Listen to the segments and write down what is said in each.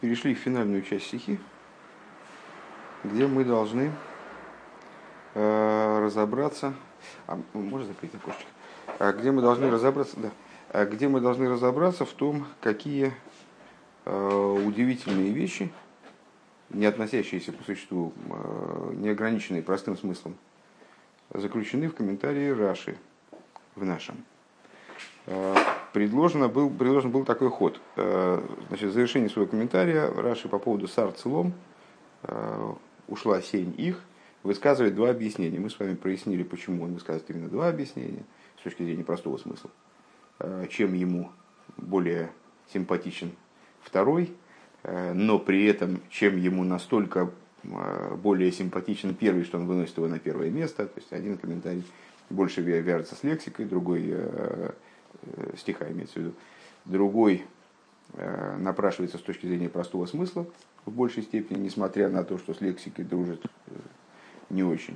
перешли в финальную часть стихи, где мы должны разобраться. Можно закрыть окошечко? Где мы должны разобраться, да, где мы должны разобраться в том, какие удивительные вещи, не относящиеся по существу, не ограниченные простым смыслом, заключены в комментарии Раши в нашем. Предложен был такой ход. Значит, в завершении своего комментария Раши по поводу сар целом, ушла сень их, высказывает два объяснения. Мы с вами прояснили, почему он высказывает именно два объяснения с точки зрения простого смысла. Чем ему более симпатичен второй, но при этом чем ему настолько более симпатичен первый, что он выносит его на первое место. То есть один комментарий больше вяжется с лексикой, другой стиха имеется в виду, другой напрашивается с точки зрения простого смысла в большей степени, несмотря на то, что с лексикой дружит не очень.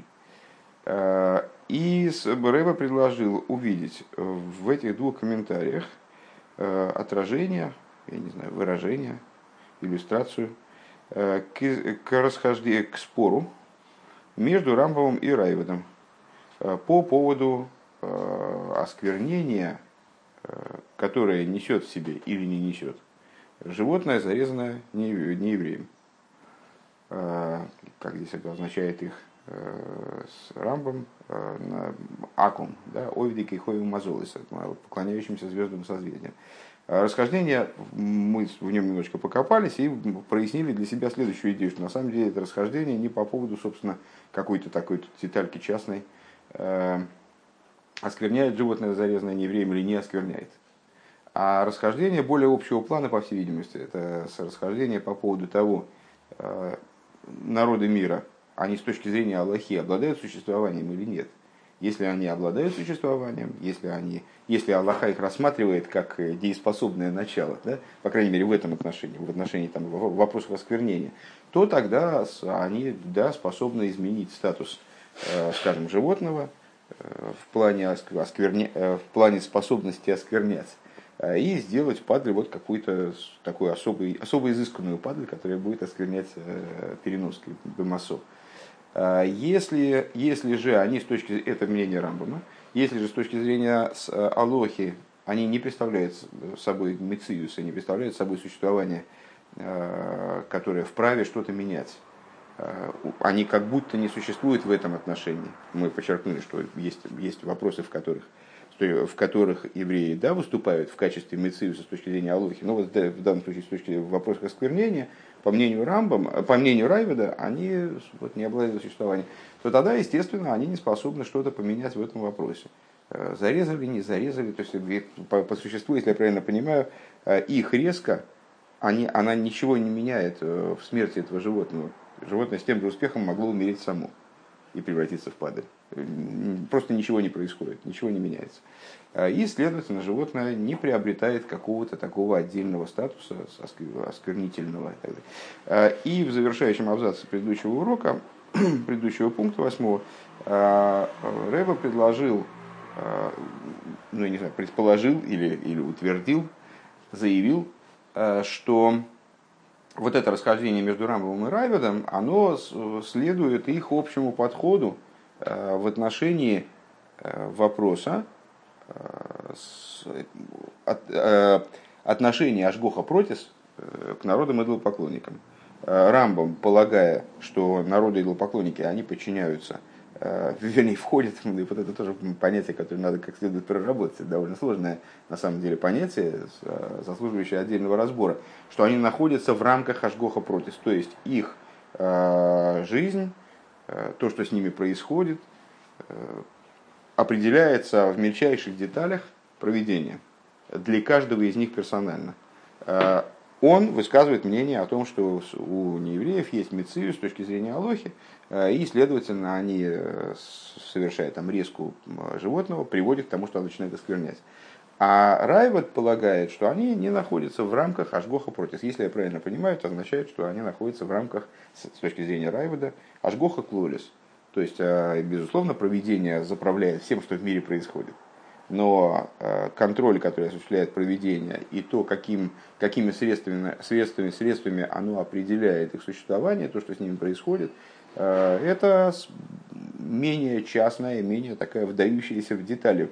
И Рэбе предложил увидеть в этих двух комментариях отражение, я не знаю, выражение, иллюстрацию к спору между Рамбамом и Райведом по поводу осквернения, которое несет в себе или не несет животное, зарезанное не евреем. Как здесь это означает их с Рамбом, акум, да, овидик и хойу мазолис, поклоняющимся звездам созвездиям. Расхождение, мы в нем немножко покопались и прояснили для себя следующую идею, что на самом деле это расхождение не по поводу, собственно, какой-то такой детальки частной, оскверняет животное, зарезанное неевреем, или не оскверняет. А расхождение более общего плана, по всей видимости, это расхождение по поводу того, народы мира, они с точки зрения Аллахи обладают существованием или нет. Если они обладают существованием, если Аллаха их рассматривает как дееспособное начало, да, по крайней мере в этом отношении, в отношении там, вопросов осквернения, то тогда они, да, способны изменить статус, скажем, животного в плане способности осквернять и сделать падаль вот какую-то такую особо изысканную падаль, которая будет осквернять переноской бемасо. Если же они это мнение Рамбама, если же с точки зрения Алохи они не представляют собой мециюса, не представляют собой существование, которое вправе что-то менять, они как будто не существуют в этом отношении. Мы подчеркнули, что есть вопросы, в которых евреи, да, выступают в качестве мециюса с точки зрения Алохи, но вот в данном случае с точки зрения вопросов осквернения, по мнению Райведа, они вот не обладают существованием, то тогда, естественно, они не способны что-то поменять в этом вопросе. Зарезали, не зарезали, то есть по существу, если я правильно понимаю, их резко, она ничего не меняет в смерти этого животного. Животное с тем же успехом могло умереть само и превратиться в падаль. Просто ничего не происходит, ничего не меняется. И, следовательно, животное не приобретает какого-то такого отдельного статуса, осквернительного. И в завершающем абзаце предыдущего урока, предыдущего пункта 8, Рэбе предложил, ну, я не знаю, предположил или утвердил, заявил, что вот это расхождение между Рамбамом и Райведом, оно следует их общему подходу в отношении вопроса отношения Ашгоха Протис к народам идолопоклонникам. Рамбам, полагая, что народы идолопоклонники, они подчиняются, вернее, входят, и вот это тоже понятие, которое надо как следует проработать, это довольно сложное на самом деле понятие, заслуживающее отдельного разбора, что они находятся в рамках Ашгоха Протис, то есть их жизнь, то, что с ними происходит, определяется в мельчайших деталях проведения для каждого из них персонально. Он высказывает мнение о том, что у неевреев есть мециюс с точки зрения Алохи, и, следовательно, они, совершая там резку животного, приводят к тому, что оно начинает осквернять. А Райвед полагает, что они не находятся в рамках Ашгоха Протис. Если я правильно понимаю, это означает, что они находятся в рамках, с точки зрения Райведа, Ашгоха Клолис. То есть, безусловно, провидение заправляет всем, что в мире происходит. но контроль, который осуществляет провидение, и то, какими средствами оно определяет их существование, то, что с ними происходит, это менее частная, менее такая вдающаяся в детали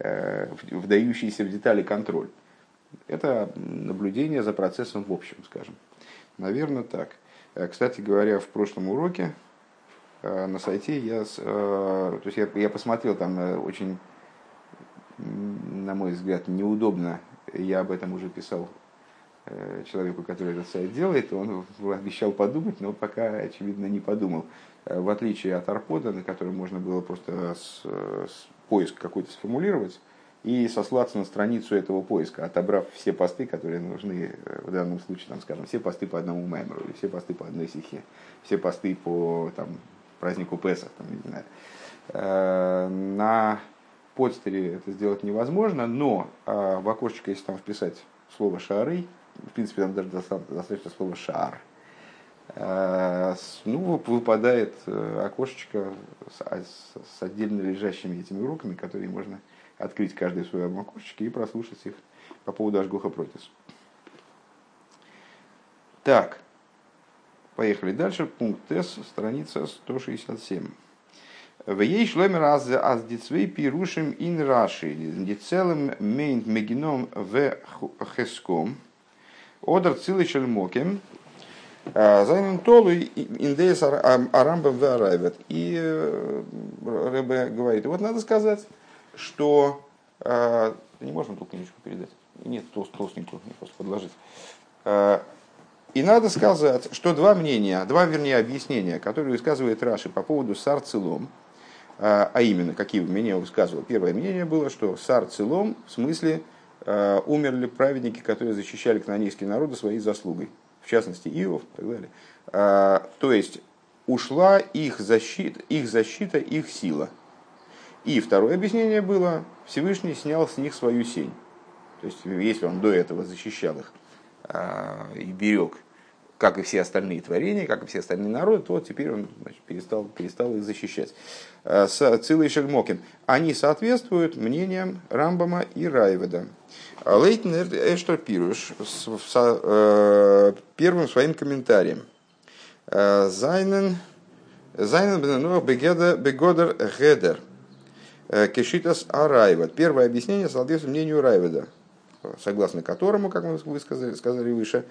контроль. Это наблюдение за процессом в общем, скажем. Наверное, так. Кстати говоря, в прошлом уроке на сайте я посмотрел, там очень, на мой взгляд, неудобно, я об этом уже писал человеку, который этот сайт делает, он обещал подумать, но пока, очевидно, не подумал. В отличие от Арпода, на котором можно было просто поиск какой-то сформулировать и сослаться на страницу этого поиска, отобрав все посты, которые нужны в данном случае, там, скажем, все посты по одному маймеру, или все посты по одной сихе, все посты по там, празднику Песах, там, не знаю. На подстере это сделать невозможно, но в окошечко, если там вписать слово «шары», в принципе, там даже достаточно слова «шар», выпадает окошечко с отдельно лежащими этими уроками, которые можно открыть каждое в своем окошечке и прослушать их по поводу Ашгоха Протис. Так, поехали дальше. Пункт С, страница 167. В ей шлемер аз дицвей пирушим ин раши, дицелым мейнт мегином в хеском, одер цилы шельмокем, зайнен толу индеес арамбам в арайвет. И Ребе говорит, вот надо сказать, что... Не можем ту книжку передать? Нет, толстенькую, просто подложить. И надо сказать, что два объяснения, которые высказывает Раши по поводу сар целом, а именно, какие мнения он высказывал. Первое мнение было, что сар целом, в смысле, умерли праведники, которые защищали кнаанейские народы своей заслугой, в частности, Иов и так далее. То есть, ушла их защита, их сила. И второе объяснение было, Всевышний снял с них свою сень. То есть, если он до этого защищал их и берег, как и все остальные творения, как и все остальные народы, то теперь он, значит, перестал их защищать. Цилый Шельмокин. Они соответствуют мнениям Рамбама и Райведа. Лейтнер Эштер Пируш с первым своим комментарием. Зайнен бененуах бегодер гедер. Кешитас Арайвед. Первое объяснение соответствует мнению Райведа, согласно которому, как мы сказали выше,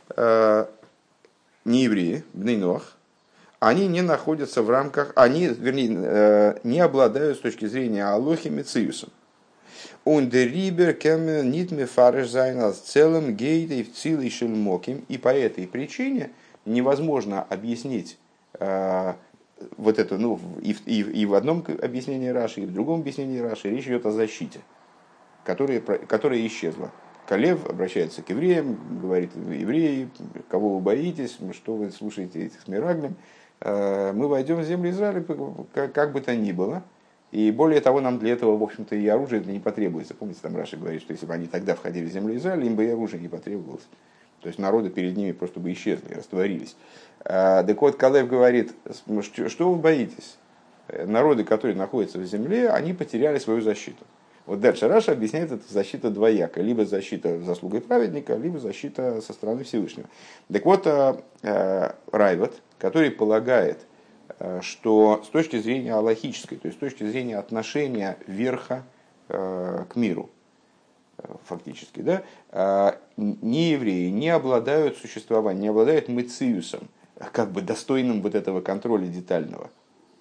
неевреи, бней Ноах, они не находятся в рамках, не обладают с точки зрения Алохи Мециусом. Ундерибер кем нит мефареш зайн целым гейдей в цилый шельмоким. И по этой причине невозможно объяснить вот это, и в одном объяснении Раши, и в другом объяснении Раши речь идет о защите, которая исчезла. Калев обращается к евреям, говорит: евреи, кого вы боитесь, что вы слушаете этих смираглим, мы войдем в землю Израиля, как бы то ни было. И более того, нам для этого, в общем-то, и оружие не потребуется. Помните, там Раши говорит, что если бы они тогда входили в землю Израиля, им бы и оружие не потребовалось. То есть народы перед ними просто бы исчезли, растворились. Так вот, Калев говорит: что вы боитесь? Народы, которые находятся в земле, они потеряли свою защиту. Вот дальше Раша объясняет, это защита двояка. Либо защита заслугой праведника, либо защита со стороны Всевышнего. Так вот, Райвед, который полагает, что с точки зрения алахической, то есть с точки зрения отношения верха к миру, фактически, да, неевреи не обладают существованием, не обладают мециусом, как бы достойным вот этого контроля детального.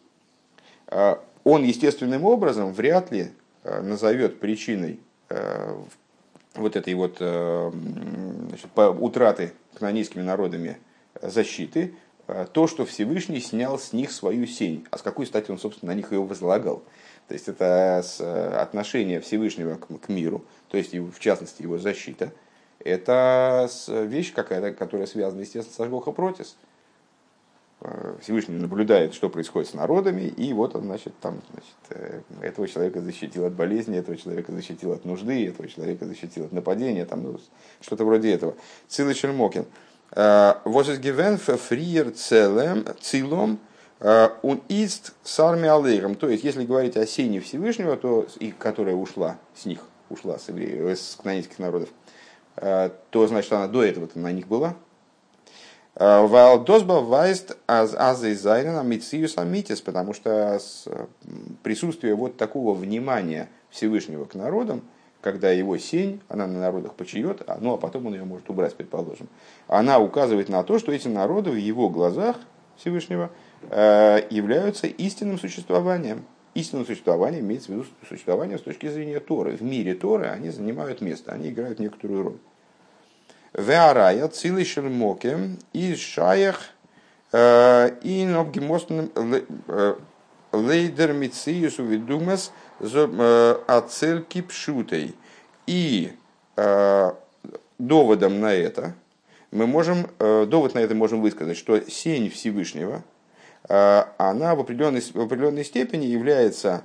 Он естественным образом вряд ли назовет причиной вот этой вот, значит, утраты кнаанейскими народами защиты то, что Всевышний снял с них свою сень. А с какой стати он, собственно, на них ее возлагал? То есть это отношение Всевышнего к миру, то есть в частности его защита. Это вещь какая-то, которая связана, естественно, с Ашгоха Протис. Всевышний наблюдает, что происходит с народами, и вот он, значит, этого человека защитил от болезни, этого человека защитил от нужды, этого человека защитил от нападения, что-то вроде этого. Цилы Шельмокин. Was ist gewesen für frier Zilom Он ист с армией алейром. То есть, если говорить о сене Всевышнего, то, и которая ушла с них, ушла с, с кнаанейских народов, то значит она до этого-то на них была. Валдосба вайст азайзайна мициус амитис, потому что присутствие вот такого внимания Всевышнего к народам, когда его сень, она на народах почиет, ну а потом он ее может убрать, предположим, она указывает на то, что эти народы в его глазах Всевышнего являются истинным существованием. Истинным существованием имеется в виду существование с точки зрения Торы. В мире Торы они занимают место, они играют некоторую роль. Веарая цилый шермоке и шаях и нобгемостным лейдер мициюсу видумас ацельки пшутой. И доводом на это мы можем, довод на это можем высказать, что сень Всевышнего, она в определенной степени является,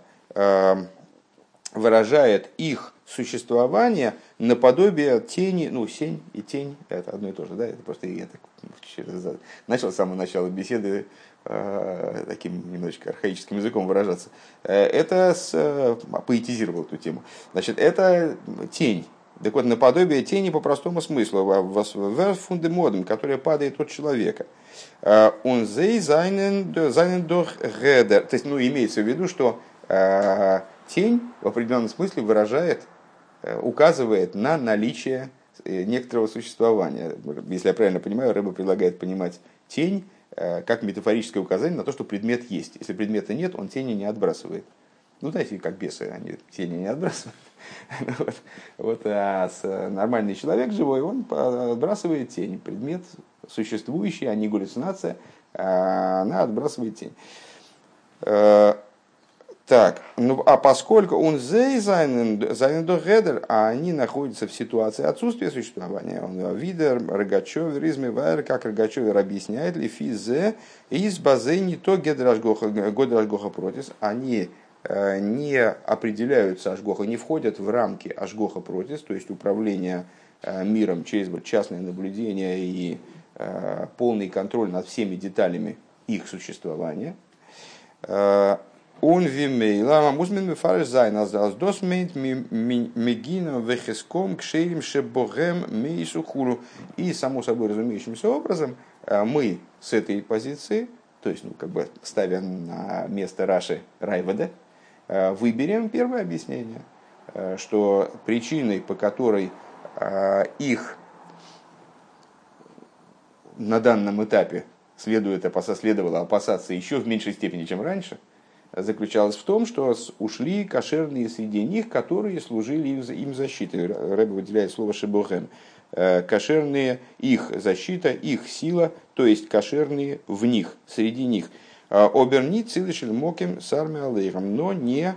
выражает их существование наподобие тени, ну, сень и тень, это одно и то же, да, это просто я так начал с самого начала беседы таким немножечко архаическим языком выражаться. Это поэтизировал эту тему. Значит, это тень. Так вот, наподобие тени по простому смыслу, фундемодом, которая падает от человека. Он зайнен дох гедер. То есть, ну, имеется в виду, что тень в определенном смысле выражает, указывает на наличие некоторого существования. Если я правильно понимаю, Рэбе предлагает понимать тень как метафорическое указание на то, что предмет есть. Если предмета нет, он тени не отбрасывает. Ну, знаете, как бесы, они тени не отбрасывают. А нормальный человек живой, он отбрасывает тень. Предмет существующий, а не галлюцинация, она отбрасывает тень. Так, ну а поскольку он зайнендогедер, а они находятся в ситуации отсутствия существования, он видер, Рогачевер, измевайр, как Рогачевер объясняет, ли физе из базени то гедрашгоха протис, они не определяются ашгоха, не входят в рамки ашгоха протис, то есть управление миром через частное наблюдение и полный контроль над всеми деталями их существования. Он вимейла, музмен мефарш зайн, аз дос мейт мегином вехеском кшерим шебогем мейсу хулу. И, само собой разумеющимся образом, мы с этой позиции, то есть, ну, как бы ставя на место Раши Райвада, выберем первое объяснение, что причиной, по которой их на данном этапе следовало опасаться еще в меньшей степени, чем раньше, заключалась в том, что ушли кошерные среди них, которые служили им защитой. Рэбе выделяет слово «шебохем». Кошерные их защита, их сила, то есть кошерные в них, среди них. Оберни цилышель моким с армией алейхом, но не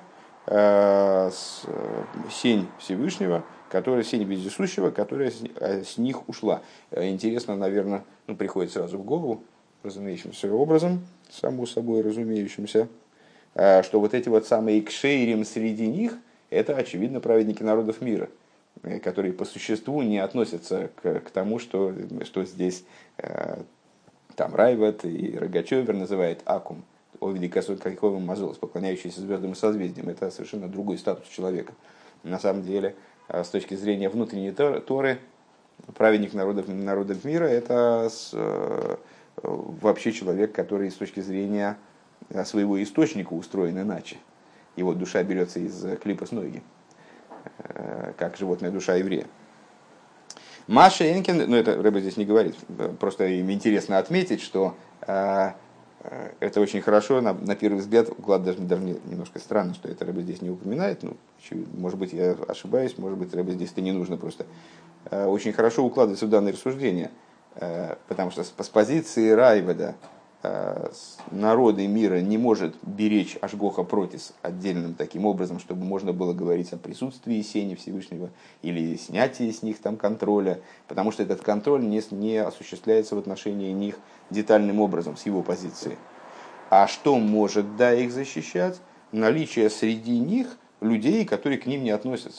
сень Всевышнего, сень вездесущего, которая с них ушла. Интересно, наверное, приходит сразу в голову, разумеющимся образом, само собой разумеющимся, что вот эти вот самые кшейрим среди них, это, очевидно, праведники народов мира, которые по существу не относятся к тому, что здесь там Райват и Рогачевер называет акум, о великосот каковым мазолос, поклоняющийся звездам и созвездиям. Это совершенно другой статус человека. На самом деле, с точки зрения внутренней Торы, праведник народов мира – это вообще человек, который с точки зрения своего источника устроен иначе. Его душа берется из клипа с ноги, как животная душа еврея. Маша Энкин, ну это Рэбе здесь не говорит, просто им интересно отметить, что это очень хорошо, на первый взгляд, уклад даже немножко странно, что это Рэбе здесь не упоминает, ну, может быть, я ошибаюсь, может быть, Рэбе здесь это не нужно просто. Очень хорошо укладывается в данное рассуждение, потому что с позиции Райведа народы мира не может беречь Ашгоха Протис отдельным таким образом, чтобы можно было говорить о присутствии сени Всевышнего или снятии с них там контроля, потому что этот контроль не осуществляется в отношении них детальным образом с его позиции. А что может, их защищать? Наличие среди них людей, которые к ним не относятся.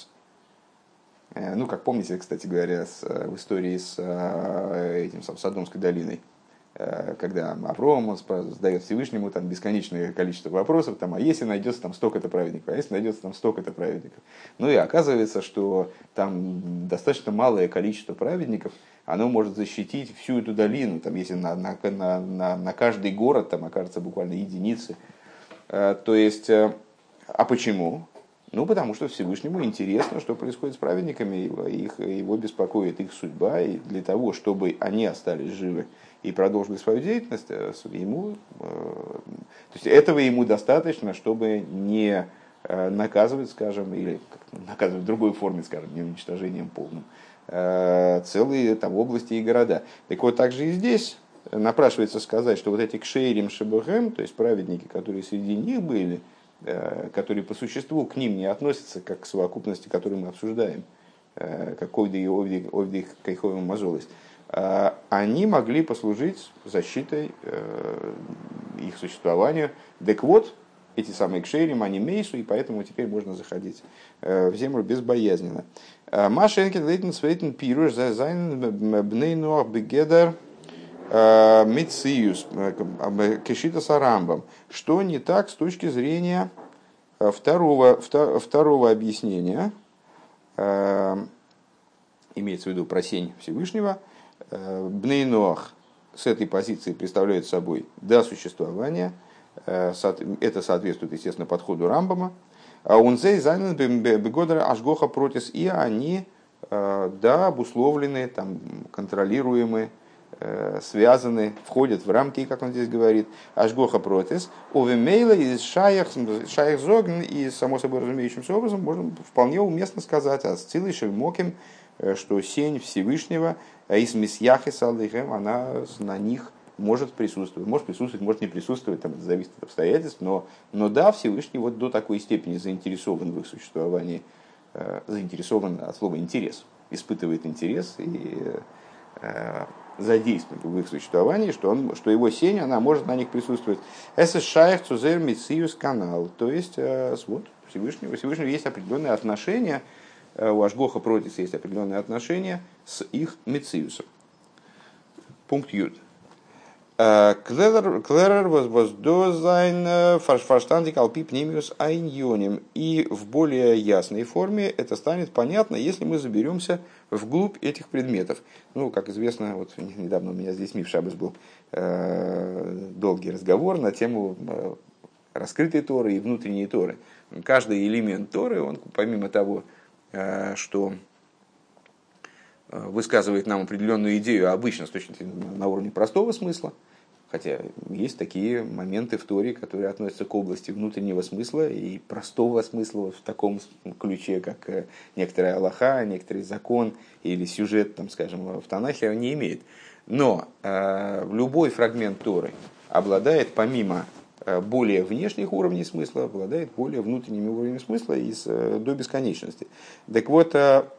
Ну, как помните, кстати говоря, в истории с Содомской долиной, когда Авром он задает Всевышнему там бесконечное количество вопросов, там, а если найдется там столько-то праведников, а если найдется там столько-то праведников. Ну и оказывается, что там достаточно малое количество праведников, оно может защитить всю эту долину, там, если на каждый город там окажется буквально единицы. То есть, а почему? Ну, потому что Всевышнему интересно, что происходит с праведниками, его беспокоит их судьба, и для того, чтобы они остались живы и продолжили свою деятельность, то есть этого ему достаточно, чтобы не наказывать, скажем, или наказывать в другой форме, скажем, не уничтожением полным, целые там области и города. Так вот, также и здесь напрашивается сказать, что вот эти кшейрим шебухем, то есть праведники, которые среди них были, которые по существу к ним не относятся, как к совокупности, которую мы обсуждаем, как ойды и ойды кайховым мазолость, они могли послужить защитой их существованию. Так вот, эти самые кшейрим, они мейсу, и поэтому теперь можно заходить в землю безбоязненно. Маша энкен лейтен свейтен пируш зайн бней ноах бегедер митсиюс кешита сарамбам. Что не так с точки зрения второго объяснения, имеется в виду про сень Всевышнего. Бней ноах с этой позиции представляют собой до существования. Это соответствует, естественно, подходу Рамбама. Унзей занят бегодер ашгоха протис, и они обусловлены, там, контролируемы, связаны, входят в рамки, как он здесь говорит, ашгоха протис, овемейла из шаях зогн, и само собой разумеющимся образом можно вполне уместно сказать, а с цилой шельмоким, что сень Всевышнего, из мисьяхи салдыхем, она на них может присутствовать, может не присутствовать, там, это зависит от обстоятельств, но да, Всевышний вот до такой степени заинтересован в их существовании, заинтересован от слова интерес, испытывает интерес и задействован в их существовании, что его сень, она может на них присутствовать. Это шайх цузер мициус канал, то есть вот Всевышнего есть определенные отношения, у Ашгоха протис есть определенные отношения с их мициусом. Пункт Юд. Клерер воздозайн фарштандик алпи пнемиус айньоним. И в более ясной форме это станет понятно, если мы заберемся вглубь этих предметов. Ну, как известно, вот недавно у меня здесь Мив Шабас был долгий разговор на тему раскрытой Торы и внутренней Торы. Каждый элемент Торы, он помимо того, что высказывает нам определенную идею, обычно с точки на уровне простого смысла, хотя есть такие моменты в Торе, которые относятся к области внутреннего смысла и простого смысла в таком ключе, как некоторая алаха, некоторый закон или сюжет, там, скажем, в Танахе, он не имеет. Но любой фрагмент Торы обладает, помимо более внешних уровней смысла, обладает более внутренними уровнями смысла до бесконечности. Так вот,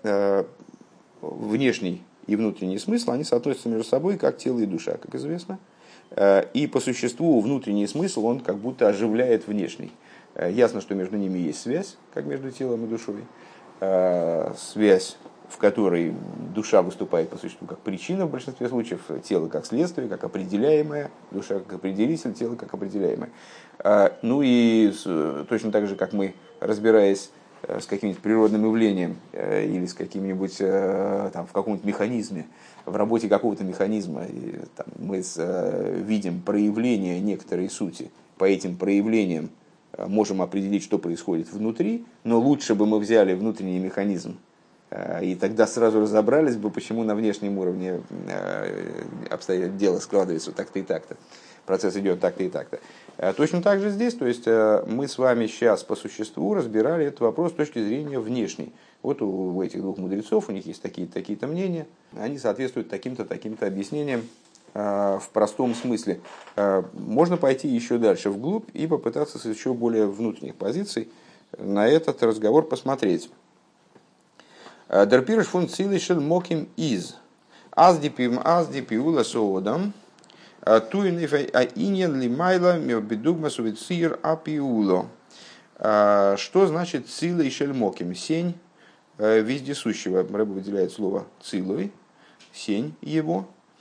внешний и внутренний смысл, они соотносятся между собой как тело и душа, как известно. И по существу внутренний смысл, он как будто оживляет внешний. Ясно, что между ними есть связь, как между телом и душой. Связь, в которой душа выступает по существу как причина в большинстве случаев, тело как следствие, как определяемое, душа как определитель, тело как определяемое. Ну и точно так же, как мы, разбираясь с каким-нибудь природным явлением или с каким-нибудь там, в каком-нибудь механизме, в работе какого-то механизма, и, там, мы видим проявление некоторой сути, по этим проявлениям можем определить, что происходит внутри, но лучше бы мы взяли внутренний механизм, и тогда сразу разобрались бы, почему на внешнем уровне дело складывается так-то и так-то, процесс идет так-то и так-то. Точно так же здесь, то есть мы с вами сейчас по существу разбирали этот вопрос с точки зрения внешней. Вот у этих двух мудрецов, у них есть такие-то мнения, они соответствуют таким-то объяснениям в простом смысле. Можно пойти еще дальше вглубь и попытаться с еще более внутренних позиций на этот разговор посмотреть. Дерпирш фун цилишен моким из аздипиула соодам туиниф иньян лимайла мебедугма сувицир апиуло. Что значит цилой шельмоким? Сень вездесущего. Рэб выделяет слово цилой, сень его.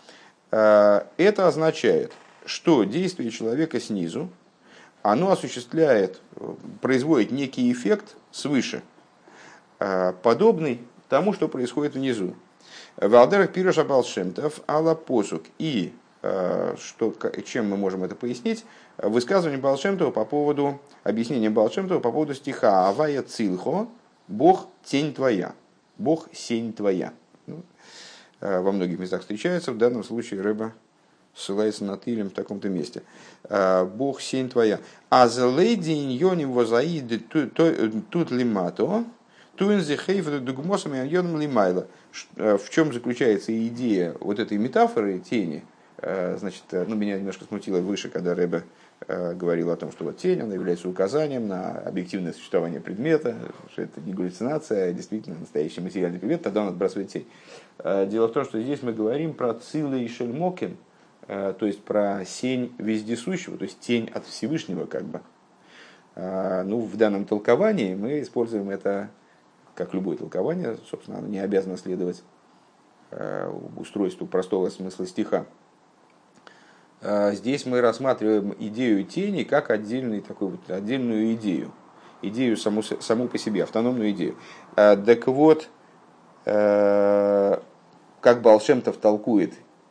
Это означает, что действие человека снизу, оно производит некий эффект свыше, подобный тому, что происходит внизу. Валдерах пируша балшемтов ала посук. И чем мы можем это пояснить? Высказывание Балшемтова по поводу, объяснение Балшемтова по поводу стиха «Авая цилхо, Бог тень твоя, Бог сень твоя». Во многих местах встречается, в данном случае Рэбе ссылается на Тилем в таком-то месте. «Бог сень твоя». «А за лейди иньоним возаиды тут лимато, туинзихейф дугмосами аньоном лимайла». В чем заключается идея вот этой метафоры тени? Значит, меня немножко смутило выше, когда Рэбе говорил о том, что вот тень, она является указанием на объективное существование предмета, что это не галлюцинация, а действительно настоящий материальный предмет, тогда он отбрасывает тень. Дело в том, что здесь мы говорим про цилы и шельмокин, то есть про сень вездесущего, то есть тень от Всевышнего как бы. В данном толковании мы используем это, как любое толкование, собственно, оно не обязано следовать устройству простого смысла стиха. Здесь мы рассматриваем идею тени как отдельную идею саму по себе, автономную идею. Так вот, как Баал Шем Тов толкует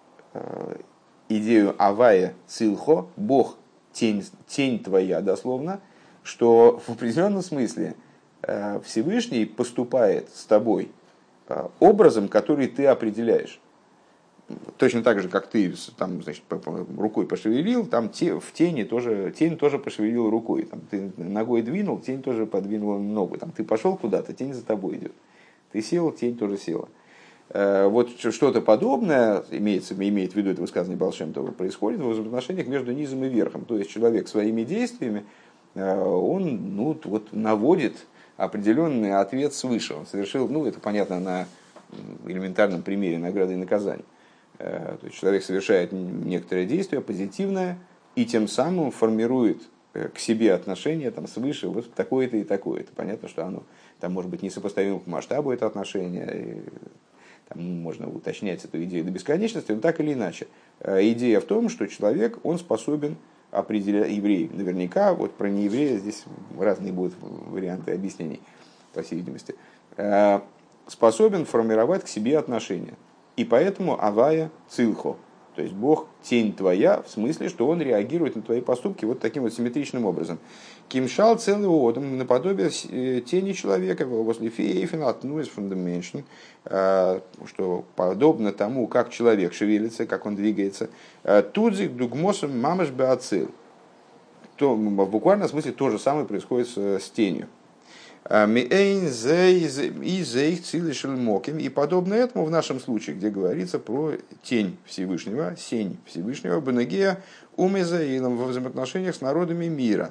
идею Авая Цилхо, Бог тень твоя, дословно, что в определенном смысле Всевышний поступает с тобой образом, который ты определяешь. Точно так же, как ты там, значит, рукой пошевелил, там тень тоже пошевелил рукой. Там, ты ногой двинул, тень тоже подвинула ногу. Там, ты пошел куда-то, тень за тобой идет. Ты сел, тень тоже села. Вот что-то подобное, имеет в виду это высказывание Баал Шем Това, происходит в взаимоотношениях между низом и верхом. То есть человек своими действиями, он наводит определенный ответ свыше. Он совершил, это понятно на элементарном примере награды и наказания. То есть человек совершает некоторое действие позитивное и тем самым формирует к себе отношение свыше вот такое-то и такое-то. Понятно, что оно там может быть несопоставимо по масштабу это отношение, там можно уточнять эту идею до бесконечности, но так или иначе. Идея в том, что человек, он способен определять, еврей наверняка, вот про нееврея здесь разные будут варианты объяснений, по всей видимости, способен формировать к себе отношения. И поэтому Авая Цилхо, то есть Бог тень твоя, в смысле, что он реагирует на твои поступки вот таким вот симметричным образом. Кимшал целый одом, наподобие тени человека, возле фейфена, отнуис фундаментшн, что подобно тому, как человек шевелится, как он двигается, тудзик дугмосом мамаш беацил. То в буквальном смысле то же самое происходит с тенью. И подобно этому в нашем случае, где говорится про тень Всевышнего, сень Всевышнего, Бенегея Умезаилом во взаимоотношениях с народами мира.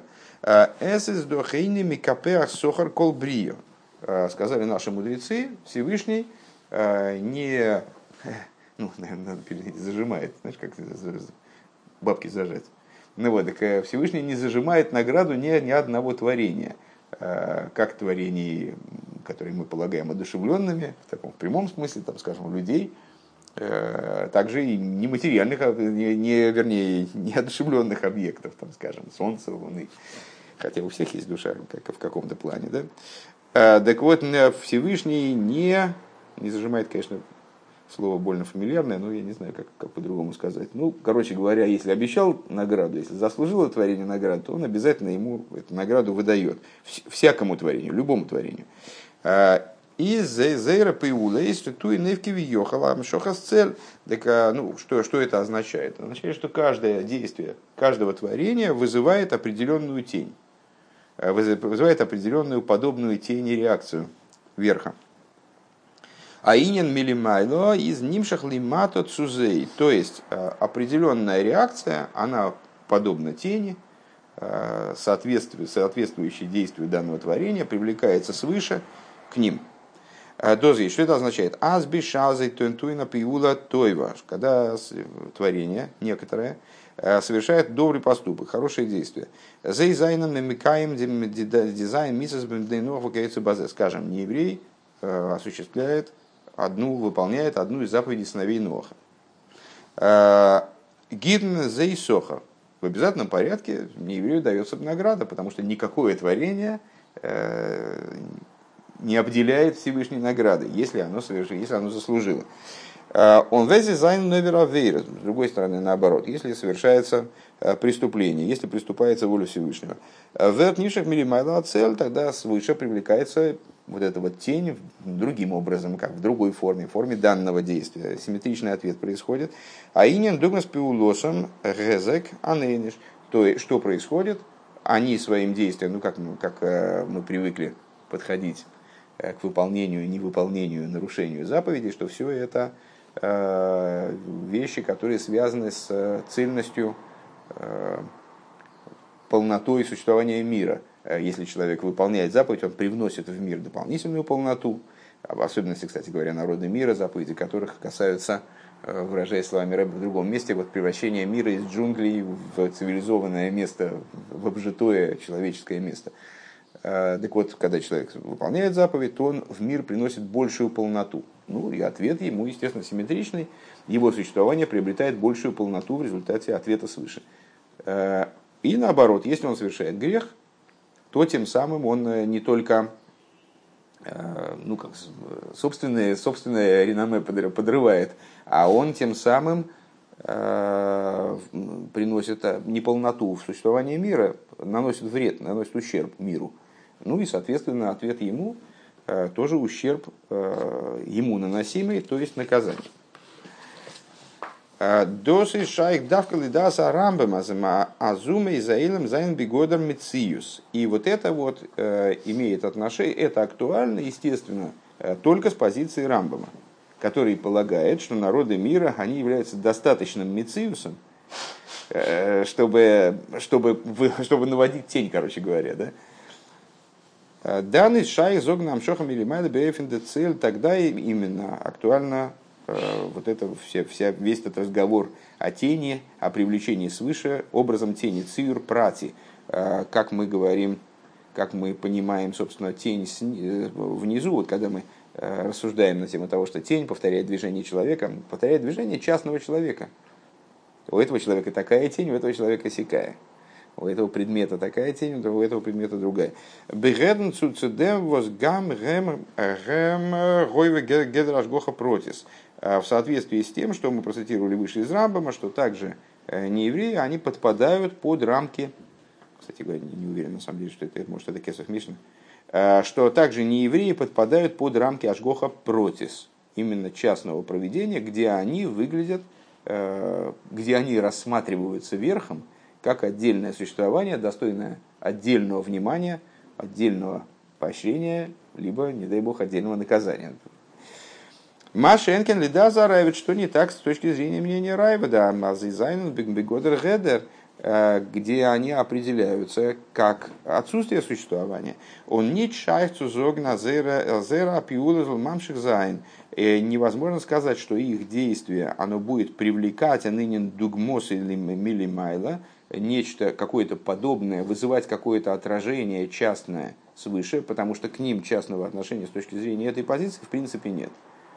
Сказали наши мудрецы, Всевышний не... наверное, зажимает, знаешь, как бабки зажать. Так Всевышний не зажимает награду ни одного творения. Как творений, которые мы полагаем одушевленными, в таком прямом смысле, скажем, людей, также и нематериальных, неодушевленных объектов, скажем, Солнца, Луны. Хотя у всех есть душа, как в каком-то плане. Да? Так вот, Всевышний не зажимает, конечно, слово больно фамильярное, но я не знаю, как по-другому сказать. Короче говоря, если обещал награду, если заслужило творение награду, то он обязательно ему эту награду выдает. Всякому творению, любому творению. И зейра пиула, если ту и невки виехала, мшохас цель. Что это означает? Это означает, что каждое действие каждого творения вызывает определенную тень. Вызывает определенную подобную тени реакцию верха. Аинен милимайло из нимшах лимато цузей. То есть определенная реакция, она подобна тени, соответствующей действию данного творения, привлекается свыше к ним. Дозги, что это означает? Азби шазы тентуина пиула тойва. Когда творение некоторое совершает добрый поступок, хорошее действие. Зейзайном намекаем дизайн миссис бендейнов базе. Скажем, нееврей выполняет одну из заповедей сыновей Ноаха. Гидн зейсоха. В обязательном порядке нееврею дается награда, потому что никакое творение не обделяет Всевышней награды, если оно заслужило. Он вези зайн новера вейра. С другой стороны, наоборот, если совершается преступление, если приступается воля Всевышнего. Верт нишах милимайла цель, тогда свыше привлекается вот эта вот тень другим образом, как в другой форме, в форме данного действия. Симметричный ответ происходит. А инин дугнас пиулосом гезек анейниш. То есть, что происходит? Они своим действием, как мы привыкли подходить к выполнению и невыполнению, нарушению заповедей, что все это вещи, которые связаны с цельностью, полнотой существования мира. Если человек выполняет заповедь, он привносит в мир дополнительную полноту, в особенности, кстати говоря, народы мира, заповеди которых касаются, выражаясь словами Рэба в другом месте, вот превращение мира из джунглей в цивилизованное место, в обжитое человеческое место. Так вот, когда человек выполняет заповедь, то он в мир приносит большую полноту. Ну и ответ ему, естественно, симметричный. Его существование приобретает большую полноту в результате ответа свыше. И наоборот, если он совершает грех, то тем самым он не только собственное реноме подрывает, а он тем самым приносит неполноту в существовании мира, наносит вред, наносит ущерб миру. Ну и, соответственно, ответ ему тоже ущерб ему наносимый, то есть наказание. Досы шайх давкали даса рамбам азуме изаилем зайн бигодер мициюс. И вот это вот имеет отношение, это актуально, естественно, только с позиции Рамбама, который полагает, что народы мира, они являются достаточным мициюсом, чтобы наводить тень, короче говоря, да? Данный шайх зогнам шохам или майда бефинде цель, тогда именно актуально вот это весь этот разговор о тени, о привлечении свыше образом тени, циюр прати, как мы говорим, как мы понимаем, собственно, тень внизу, вот когда мы рассуждаем на тему того, что тень повторяет движение человека, повторяет движение частного человека. У этого человека такая тень, у этого человека сякая. У этого предмета такая тень, у этого предмета другая. Бегедн цуцедем возгам гэм гойве гедрашгоха протис. В соответствии с тем, что мы процитировали выше из Рамбама, что также неевреи, они подпадают под рамки, кстати говоря, не уверен на самом деле, что это, может, это Кесах Мишна, что также неевреи подпадают под рамки ашгоха протис, именно частного проведения, где они выглядят, где они рассматриваются верхом, как отдельное существование, достойное отдельного внимания, отдельного поощрения, либо, не дай бог, отдельного наказания. Маша Энкен лида зарайвит, что не так с точки зрения мнения Райведа, Мазизайн Бигбигодер Гедер, где они определяются как отсутствие существования. Он не чайцу зогна зера пиулазл мамших зайн. Невозможно сказать, что их действие оно будет привлекать анынен дугмос или милимайла, нечто какое-то подобное, вызывать какое-то отражение частное свыше, потому что к ним частного отношения с точки зрения этой позиции в принципе нет.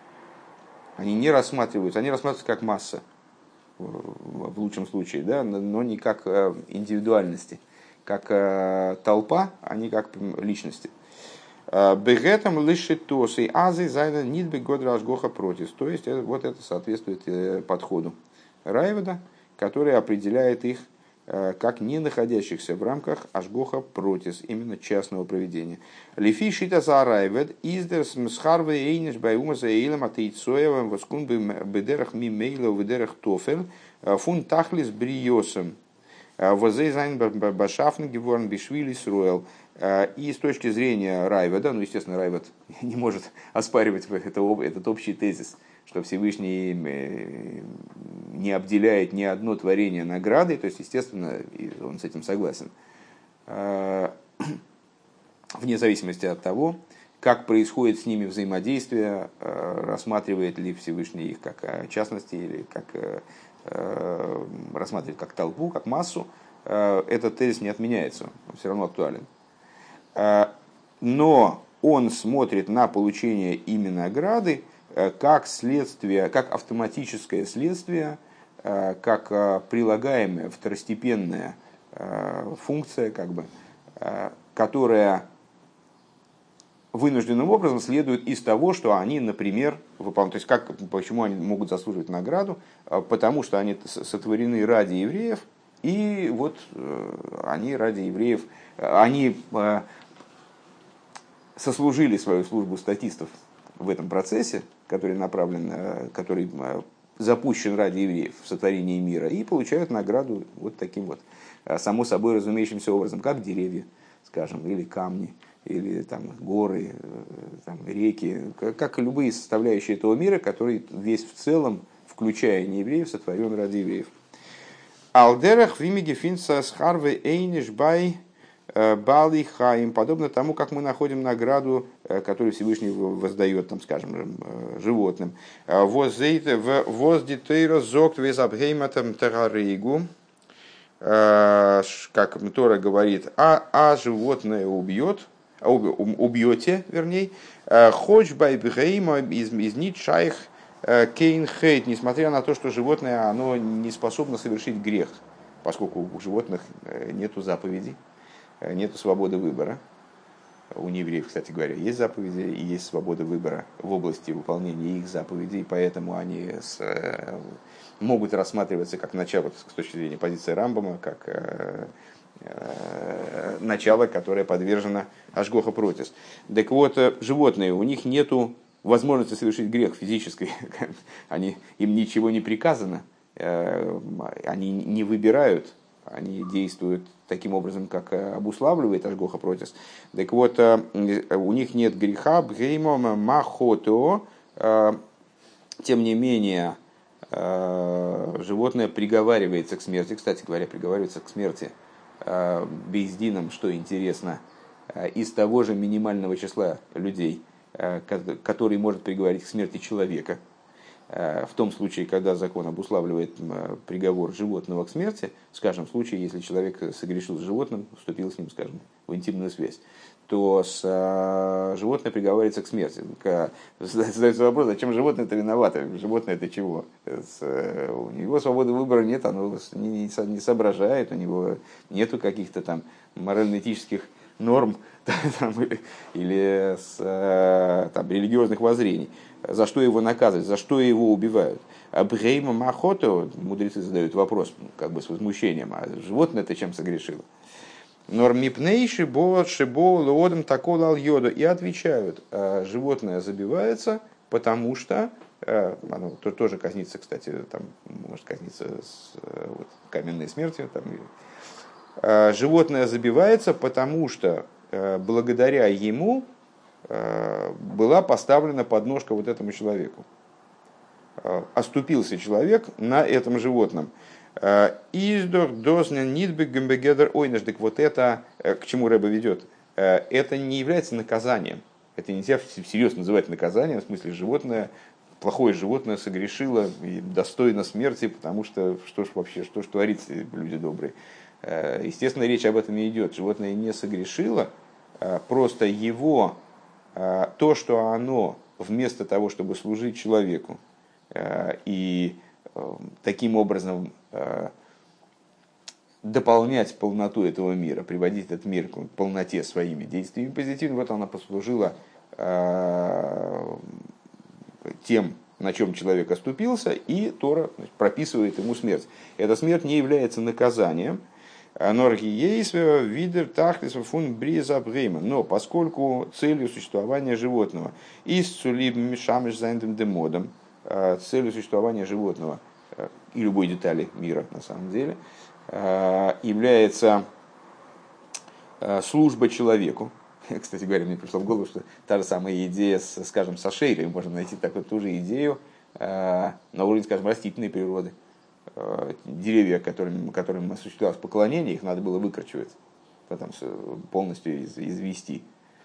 Они не рассматриваются, они рассматриваются как масса, в лучшем случае, да, но не как индивидуальности, как толпа, а не как личности. Бегетам лишитосы азы зайна нит бегодраш гоха протис. То есть вот это соответствует подходу Райведа, который определяет их как не находящихся в рамках ашгоха протис, именно частного проведения. Лифи шита за Райвед издерс мсхарве эйниш байума за эйлем атейцоевым воскун бедерах мимейло ведерах тофель фун тахлис бриосом возейзайн башафн геворн бишвили сруэл. И с точки зрения Райведа, ну, естественно, Райвед не может оспаривать этот общий тезис, что Всевышний не обделяет ни одно творение наградой, то есть, естественно, он с этим согласен, вне зависимости от того, как происходит с ними взаимодействие, рассматривает ли Всевышний их как частности или как рассматривает как толпу, как массу, этот тезис не отменяется, он все равно актуален. Но он смотрит на получение ими награды как следствие, как автоматическое следствие как прилагаемая второстепенная функция, как бы, которая вынужденным образом следует из того, что они, например, выполняют. То есть, почему они могут заслуживать награду? Потому что они сотворены ради евреев, и вот они ради евреев, они сослужили свою службу статистов в этом процессе, который направлен, который запущен ради евреев в сотворении мира, и получают награду вот таким вот, само собой разумеющимся образом, как деревья, скажем, или камни, или там, горы, там, реки, как и любые составляющие этого мира, который весь в целом, включая неевреев, сотворен ради евреев. Алдерах вимиги финца схарве эйниш бай бали хаим, подобно тому, как мы находим награду, которую Всевышний воздает, там, скажем, животным. Воздитейра зокт везабгейматам терарейгу, как Тора говорит, а животное убьете, вернее, хоч байбгейма из нитшайх кейн хейт, несмотря на то, что животное оно не способно совершить грех, поскольку у животных нету заповедей, нету свободы выбора. У неевреев, кстати говоря, есть заповеди и есть свобода выбора в области выполнения их заповедей, поэтому они могут рассматриваться как начало, с точки зрения позиции Рамбама, как начало, которое подвержено ашгоха протис. Так вот, животные, у них нету возможности совершить грех физической, им ничего не приказано, они не выбирают, они действуют таким образом, как обуславливает ашгоха протис. Так вот, у них нет греха, бгеймо махото, тем не менее, животное приговаривается к смерти. Кстати говоря, приговаривается к смерти бейздином, что интересно, из того же минимального числа людей, который может приговорить к смерти человека. В том случае, когда закон обуславливает приговор животного к смерти, скажем, в случае, если человек согрешил с животным, вступил с ним, скажем, в интимную связь, то животное приговаривается к смерти. Задается вопрос, зачем животное-то виновато? Животное это чего? У него свободы выбора нет, оно не соображает, у него нету каких-то там морально-этических норм или там, религиозных воззрений. За что его наказывают, за что его убивают? Бгейма махото, мудрецы задают вопрос, как бы с возмущением, а животное-то чем согрешило? Нормипнейши бо шибо лоодом такол ал йоду. И отвечают, животное забивается, потому что, оно тоже казнится, кстати, там, может казниться с каменной смертью. Там, животное забивается, потому что благодаря ему была поставлена подножка вот этому человеку. Оступился человек на этом животном. Издох дознен нидбек гембегедер ойнеждик. Вот это, к чему Рэбе ведет, это не является наказанием. Это нельзя всерьез называть наказанием, в смысле животное, плохое животное согрешило и достойно смерти, потому что что ж творится, люди добрые. Естественно, речь об этом и идет. Животное не согрешило, просто его, то, что оно вместо того, чтобы служить человеку и таким образом дополнять полноту этого мира, приводить этот мир к полноте своими действиями позитивными, вот она послужила тем, на чем человек оступился, и Тора прописывает ему смерть. Эта смерть не является наказанием, но поскольку целью существования животного целью существования животного и любой детали мира на самом деле является служба человеку. Кстати говоря, мне пришло в голову, что та же самая идея, скажем, с Ашейрой, можно найти такую ту же идею на уровне, скажем, растительной природы. Деревья, которым осуществлялось поклонение, их надо было выкорчевать, потом полностью извести.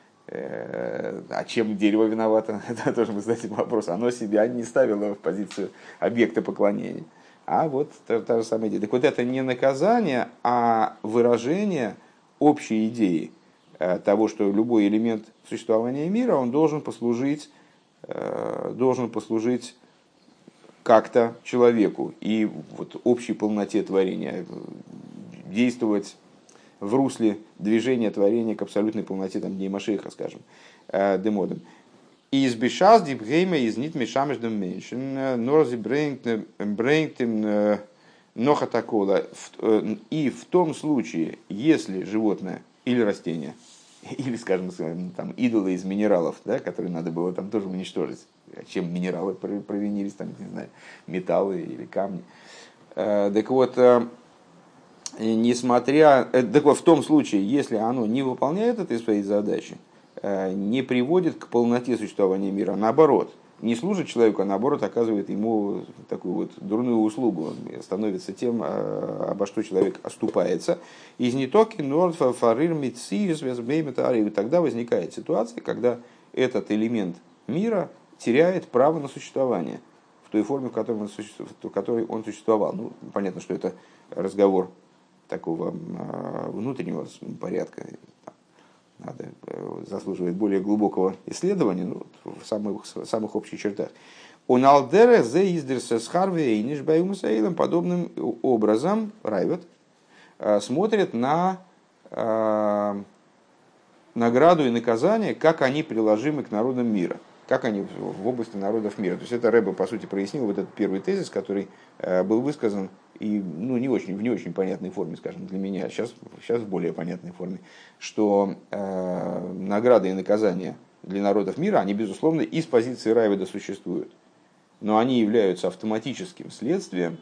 А чем дерево виновато? Это тоже мы зададим вопрос. Оно себя не ставило в позицию объекта поклонения. А вот та же самая идея. Так вот это не наказание, а выражение общей идеи того, что любой элемент существования мира, он должен послужить как-то человеку и вот общей полноте творения, действовать в русле движения творения к абсолютной полноте там, дней Машеха, скажем, демодом. И из бешаз дипгейма из нит мешамеш дем меньшен, норзи брэнгт им ноха такола. И в том случае, если животное или растение, или, скажем, там, идолы из минералов, да, которые надо было там тоже уничтожить, чем минералы провинились, там, не знаю, металлы или камни. Так вот, в том случае, если оно не выполняет этой своей задачи, не приводит к полноте существования мира, наоборот, не служит человеку, а наоборот оказывает ему такую вот дурную услугу, становится тем, обо что человек оступается. Из нетоки нордфа фарир митсиюс везбейметари. И тогда возникает ситуация, когда этот элемент мира теряет право на существование в той форме, в которой он существовал. Ну, понятно, что это разговор такого внутреннего порядка, надо, заслуживает более глубокого исследования, ну, в самых общих чертах. Он алдере зе издерса с харвей подобным образом Райвет смотрит на награду и наказание, как они приложимы к народам мира, как они в области народов мира. То есть это Рэбе, по сути, прояснил вот этот первый тезис, который был высказан и ну, в не очень понятной форме, скажем, для меня, сейчас в более понятной форме, что награды и наказания для народов мира, они, безусловно, из позиции Райведа существуют, но они являются автоматическим следствием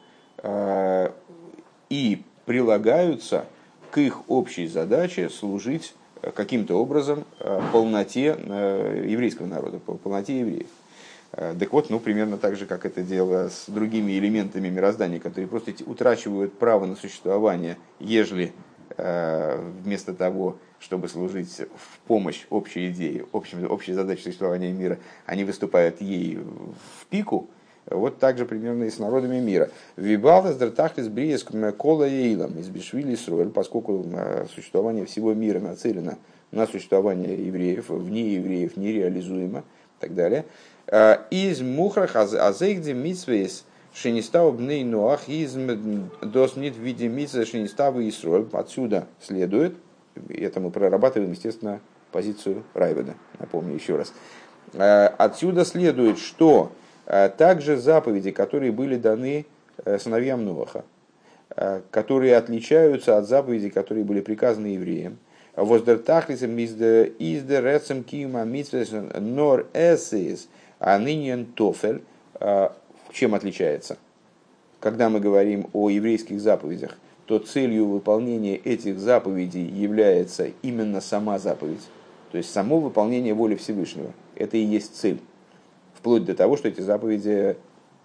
и прилагаются к их общей задаче служить каким-то образом полноте еврейского народа, полноте евреев. Так вот, ну, примерно так же, как это дело с другими элементами мироздания, которые просто утрачивают право на существование, ежели вместо того, чтобы служить в помощь общей идее, общей задаче существования мира, они выступают ей в пику. Вот так же примерно и с народами мира. Вибалдас дертахлис бриес кола ейлам из бишвили сроэль, поскольку существование всего мира нацелено на существование евреев, вне евреев нереализуемо и так далее. Из мухрах азейгде митсвейс шенистау бней ноах из доснит в виде митсвейс шенистау Исроэль. Отсюда следует, это мы прорабатываем, естественно, позицию Райведа, напомню еще раз. Отсюда следует, что также заповеди, которые были даны сыновьям Ноаха, которые отличаются от заповедей, которые были приказаны евреям. Воздертахлисом издерецем кима митсвес нор эсэс аниньен тофель. Чем отличается? Когда мы говорим о еврейских заповедях, то целью выполнения этих заповедей является именно сама заповедь, то есть само выполнение воли Всевышнего. Это и есть цель. Вплоть до того, что эти заповеди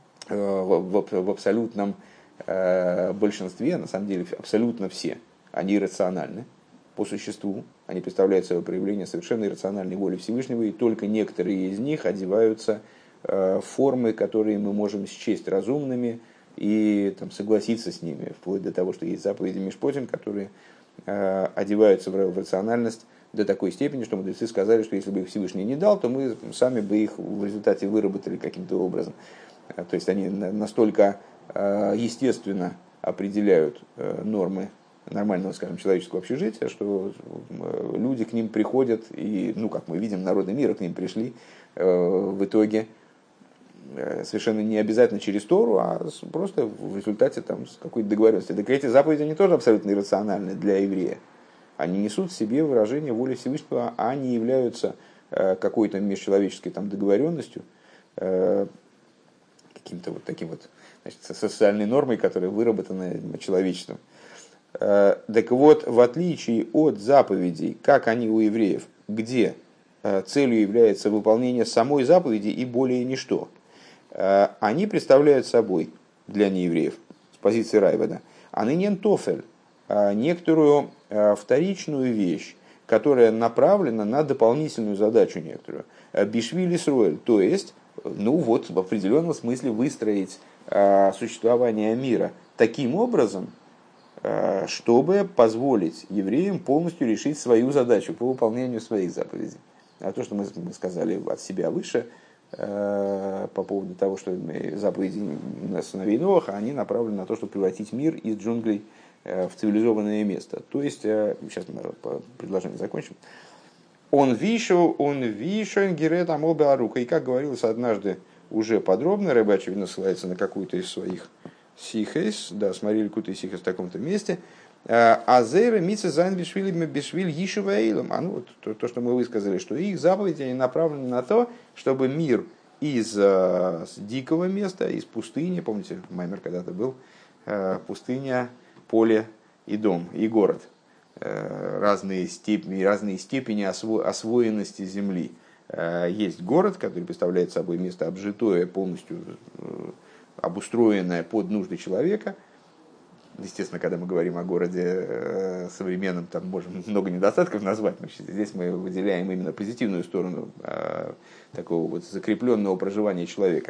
в абсолютном большинстве, на самом деле абсолютно все, они иррациональны по существу, они представляют собой проявление совершенно иррациональной воли Всевышнего, и только некоторые из них одеваются в формы, которые мы можем счесть разумными и там, согласиться с ними, вплоть до того, что есть заповеди Мишпотим, которые одеваются в рациональность до такой степени, что мудрецы сказали, что если бы их Всевышний не дал, то мы сами бы их в результате выработали каким-то образом. То есть они настолько естественно определяют нормы нормального, скажем, человеческого общежития, что люди к ним приходят, и, ну, как мы видим, народы мира к ним пришли в итоге совершенно не обязательно через Тору, а просто в результате там, с какой-то договоренности. Так эти заповеди, они тоже абсолютно иррациональны для еврея. Они несут в себе выражение воли Всевышнего, а не являются какой-то межчеловеческой там, договоренностью, каким-то вот таким вот, значит, социальной нормой, которая выработана человечеством. Так вот, в отличие от заповедей, как они у евреев, где целью является выполнение самой заповеди и более ничто, они представляют собой для неевреев с позиции Райведа анынен тофель, некоторую вторичную вещь, которая направлена на дополнительную задачу некоторую. Бишвили сроэль, то есть, ну вот, в определенном смысле выстроить существование мира таким образом, чтобы позволить евреям полностью решить свою задачу по выполнению своих заповедей. А то, что мы сказали от себя выше, по поводу того, что заповеди сыновей Ноаха, они направлены на то, чтобы превратить мир из джунглей в цивилизованное место. То есть, сейчас мы предложение закончим. Он вишел герет амобеарука. И как говорилось однажды уже подробно, Рэбе, очевидно, ссылается на какую-то из своих сихейс, да, смотрели какую-то из сихейс в таком-то месте. Азера митца зайн бешвиль ешува эйлам. А ну, вот то, что мы высказали, что их заповеди они направлены на то, чтобы мир из дикого места, из пустыни, помните, Маймер когда-то был, пустыня, поле и дом, и город. Разные степени освоенности земли. Есть город, который представляет собой место обжитое, полностью обустроенное под нужды человека. Естественно, когда мы говорим о городе современном, там можем много недостатков назвать, но здесь мы выделяем именно позитивную сторону такого вот закрепленного проживания человека.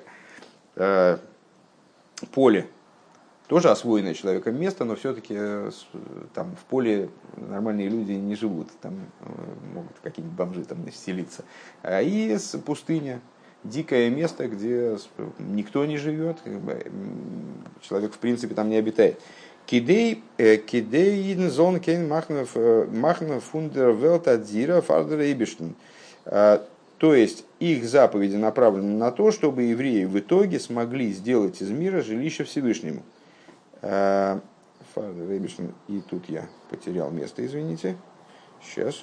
Поле тоже освоенное человеком место, но все-таки там в поле нормальные люди не живут, там могут какие-нибудь бомжи там селиться. И пустыня, дикое место, где никто не живет, человек в принципе там не обитает. Кидей зон кен махнов фундер велтадзира фардер эйбештен. То есть их заповеди направлены на то, чтобы евреи в итоге смогли сделать из мира жилище Всевышнему. Фардер эйбештен, и тут я потерял место, извините. Сейчас.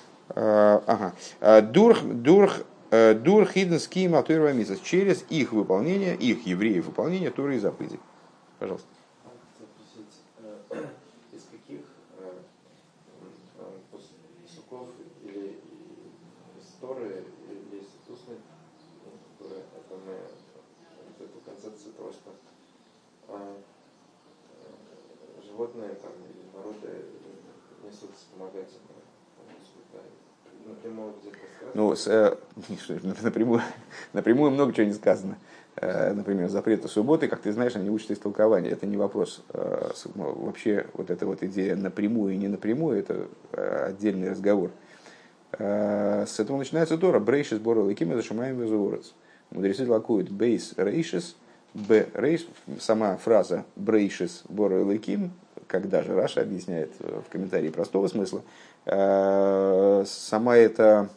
Дур хиденский матуэр мисас, через их выполнение, их евреев выполнение Торы и заповедей. Пожалуйста. Из каких посуков или из Торы, или из устной, это мы эту концепцию того, что животные там, или народы несут вспомогательные. Напрямую где-то сказано? Ну, напрямую много чего не сказано. Например, запреты субботы, как ты знаешь, они учатся из толкования. Это не вопрос. Вообще, вот эта вот идея напрямую и не напрямую, это отдельный разговор. С этого начинается Тора. Брейшис бора лаким это шамаем везуорец. Мудрецы толкуют бейс рейшис, б рейш. Сама фраза брейшис бора лаким, как даже Раша объясняет в комментарии простого смысла, сама эта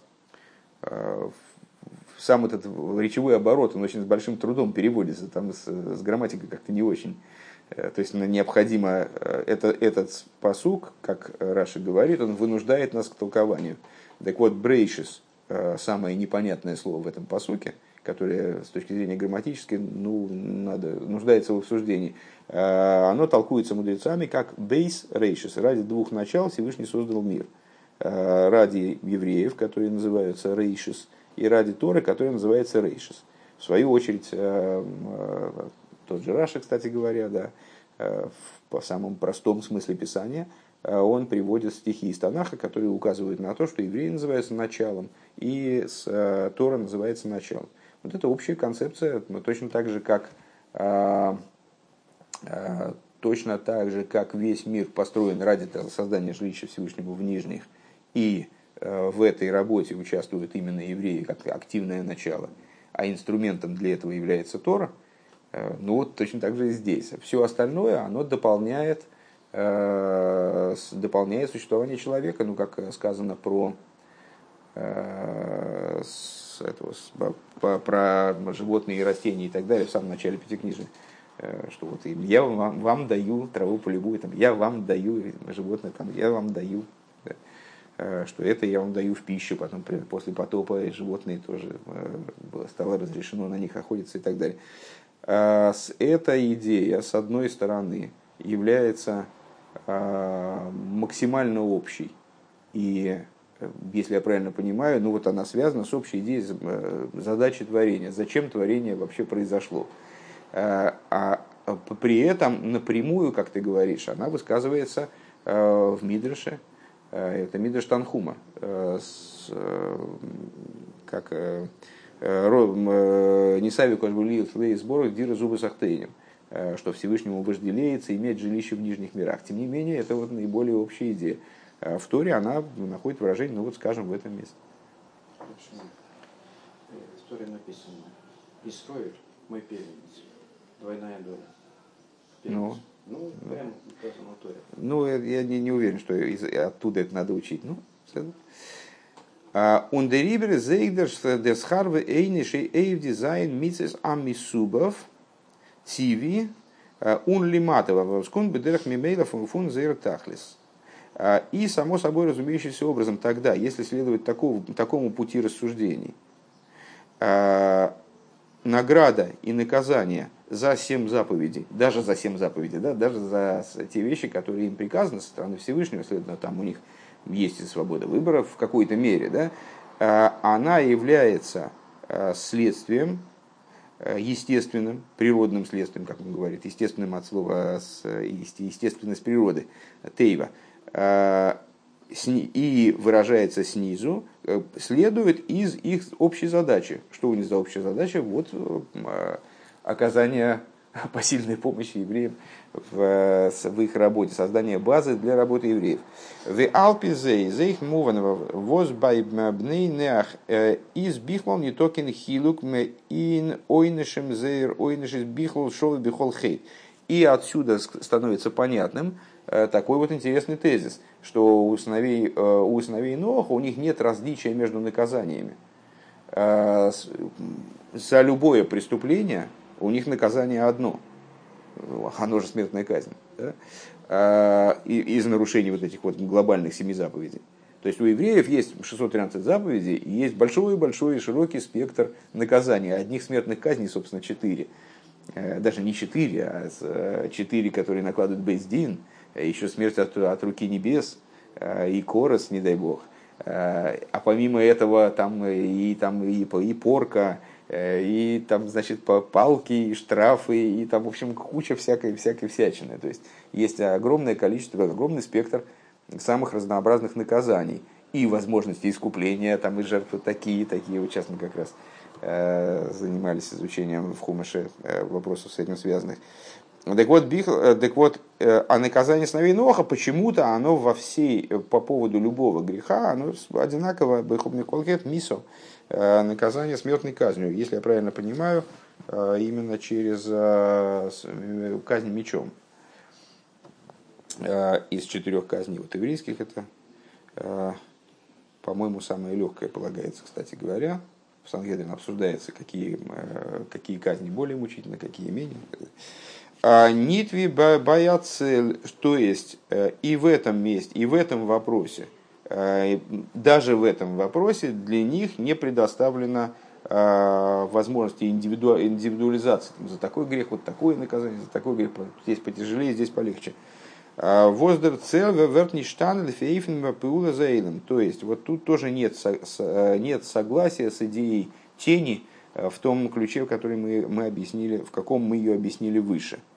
сам этот речевой оборот, он очень с большим трудом переводится, там с грамматикой как-то не очень. То есть необходимо, этот пасук, как Раши говорит, он вынуждает нас к толкованию. Так вот, брейшис, самое непонятное слово в этом пасуке, которое с точки зрения грамматической нуждается в обсуждении, оно толкуется мудрецами как бейс рейшис. Ради двух начал Всевышний создал мир. Ради евреев, которые называются рейшис, и ради Торы, которая называется рейшис. В свою очередь, тот же Раши, кстати говоря, да, по самому простому смысле Писания, он приводит стихи из Танаха, которые указывают на то, что евреи называются началом, и Тора называется началом. Вот это общая концепция, точно так же, как весь мир построен ради создания жилища Всевышнего в нижних, и в этой работе участвуют именно евреи как активное начало, а инструментом для этого является Тора, ну вот точно так же и здесь. Все остальное, оно дополняет существование человека, ну как сказано про животные и растения и так далее в самом начале Пятикнижия, что вот я вам даю траву полевую, там, я вам даю животное, там, я вам даю, да, что это я вам даю в пищу, потом после потопа животные тоже стало разрешено на них охотиться и так далее. Эта идея, с одной стороны, является максимально общей, и если я правильно понимаю, ну вот она связана с общей идеей задачи творения, зачем творение вообще произошло. А при этом напрямую, как ты говоришь, она высказывается в Мидраше, это Мидраш Танхума, как Нисави Кошбулиев сборах Дира Зубы Сахтейнем, что Всевышнему вожделеется иметь жилище в нижних мирах. Тем не менее, это вот наиболее общая идея. В Торе она находит выражение, ну вот скажем, в этом месте. Торе написано: Исроэль, мой первенец, двойная доля. Ну, Прямо указано в Торе. ну, я не уверен, что оттуда это надо учить. Ну, Ундерибер зейгдер десхарве эйнишей эйв дизайн мицес амисубов тиви унлиматова воскун бедерах мимейлов фун зейр тахлис. И, само собой разумеющимся образом, тогда, если следовать такому пути рассуждений, награда и наказание за 7 заповедей, даже за 7 заповедей, да, даже за те вещи, которые им приказаны со стороны Всевышнего, следовательно, там у них есть и свобода выбора в какой-то мере, да, она является следствием, естественным, природным следствием, как он говорит, естественным от слова естественность природы, тейва, и выражается снизу, следует из их общей задачи. Что у них за общая задача? Вот оказание посильной помощи евреям в их работе, создание базы для работы евреев. В Алпизей зейх муванова воз байбней неах из бихлол не токен хилук ин ойнышем зейр ойнышем бихлол шовы бихол хейт. И отсюда становится понятным такой вот интересный тезис, что у сыновей Ноаха у них нет различия между наказаниями. За любое преступление у них наказание одно. Оно же смертная казнь. Да? Из нарушений вот этих вот глобальных 7 заповедей. То есть у евреев есть 613 заповедей, и есть большой-большой широкий спектр наказаний. Одних смертных казней, собственно, 4. Даже не 4, а 4, которые накладывают бейс-дин, еще смерть от руки небес и корос, не дай бог. А помимо этого там и порка, и там, значит, палки, и штрафы, и там, в общем, куча всякой всячины. То есть есть огромное количество, огромный спектр самых разнообразных наказаний и возможности искупления, там и жертвы такие, вот сейчас мы как раз занимались изучением в Хумаше вопросов с этим связанных. Так вот, а наказание сыновей Ноаха почему-то оно по поводу любого греха, оно одинаково, мисо, наказание смертной казнью, если я правильно понимаю, именно через казнь мечом. Из 4 казней вот еврейских это, по-моему, самое легкое полагается, кстати говоря. В Сангедрин обсуждается, какие казни более мучительны, какие менее. Нитви боятся, то есть и в этом месте, и в этом вопросе, даже в этом вопросе для них не предоставлено возможности индивидуализации. За такой грех вот такое наказание, за такой грех здесь потяжелее, здесь полегче. Воздер цел вертништан лефейфен паула заилем. То есть вот тут тоже нет согласия с идеей тени в том ключе, в который мы объяснили, в каком мы ее объяснили выше.